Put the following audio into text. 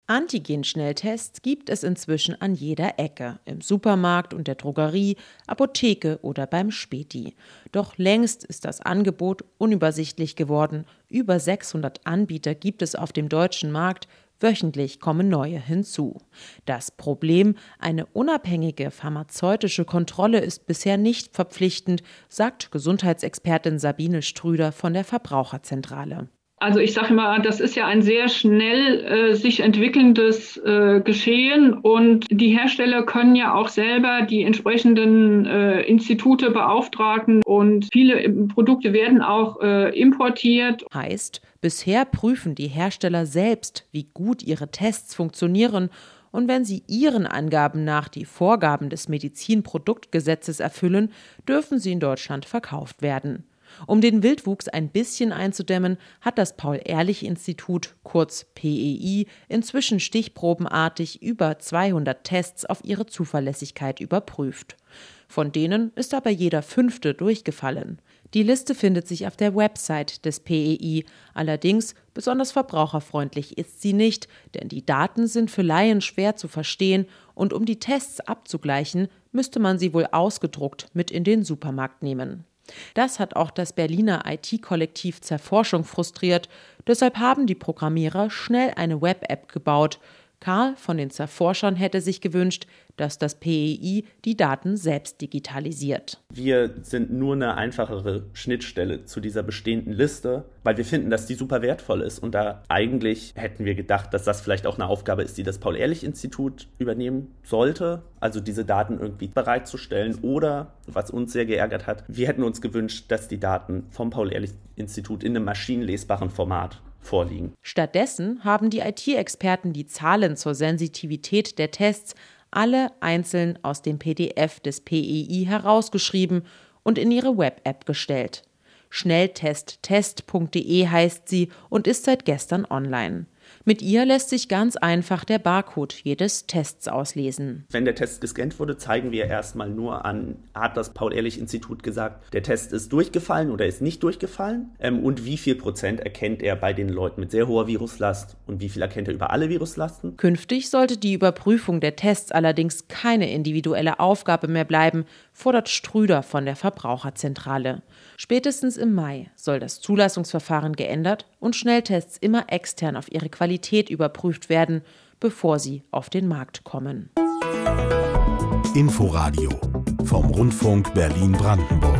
Antigen-Schnelltests gibt es inzwischen an jeder Ecke, im Supermarkt und der Drogerie, Apotheke oder beim Späti. Doch längst ist das Angebot unübersichtlich geworden. Über 600 Anbieter gibt es auf dem deutschen Markt. Wöchentlich kommen neue hinzu. Das Problem: eine unabhängige pharmazeutische Kontrolle ist bisher nicht verpflichtend, sagt Gesundheitsexpertin Sabine Strüder von der Verbraucherzentrale. Also ich sage immer, das ist ja ein sehr schnell sich entwickelndes Geschehen und die Hersteller können ja auch selber die entsprechenden Institute beauftragen und viele Produkte werden auch importiert. Heißt, bisher prüfen die Hersteller selbst, wie gut ihre Tests funktionieren, und wenn sie ihren Angaben nach die Vorgaben des Medizinproduktgesetzes erfüllen, dürfen sie in Deutschland verkauft werden. Um den Wildwuchs ein bisschen einzudämmen, hat das Paul-Ehrlich-Institut, kurz PEI, inzwischen stichprobenartig über 200 Tests auf ihre Zuverlässigkeit überprüft. Von denen ist aber jeder 5. durchgefallen. Die Liste findet sich auf der Website des PEI. Allerdings besonders verbraucherfreundlich ist sie nicht, denn die Daten sind für Laien schwer zu verstehen und um die Tests abzugleichen, müsste man sie wohl ausgedruckt mit in den Supermarkt nehmen. Das hat auch das Berliner IT-Kollektiv Zerforschung frustriert. Deshalb haben die Programmierer schnell eine Web-App gebaut. Karl von den Zerforschern hätte sich gewünscht, dass das PEI die Daten selbst digitalisiert. Wir sind nur eine einfachere Schnittstelle zu dieser bestehenden Liste, weil wir finden, dass die super wertvoll ist. Und da eigentlich hätten wir gedacht, dass das vielleicht auch eine Aufgabe ist, die das Paul-Ehrlich-Institut übernehmen sollte. Also diese Daten irgendwie bereitzustellen. Oder, was uns sehr geärgert hat, wir hätten uns gewünscht, dass die Daten vom Paul-Ehrlich-Institut in einem maschinenlesbaren Format vorliegen. Stattdessen haben die IT-Experten die Zahlen zur Sensitivität der Tests alle einzeln aus dem PDF des PEI herausgeschrieben und in ihre Web-App gestellt. Schnelltesttest.de heißt sie und ist seit gestern online. Mit ihr lässt sich ganz einfach der Barcode jedes Tests auslesen. Wenn der Test gescannt wurde, zeigen wir erstmal nur an, hat das Paul-Ehrlich-Institut gesagt, der Test ist durchgefallen oder ist nicht durchgefallen und wie viel Prozent erkennt er bei den Leuten mit sehr hoher Viruslast und wie viel erkennt er über alle Viruslasten. Künftig sollte die Überprüfung der Tests allerdings keine individuelle Aufgabe mehr bleiben, fordert Strüder von der Verbraucherzentrale. Spätestens im Mai soll das Zulassungsverfahren geändert und Schnelltests immer extern auf ihre Qualität überprüft werden, bevor sie auf den Markt kommen. Inforadio vom Rundfunk Berlin-Brandenburg.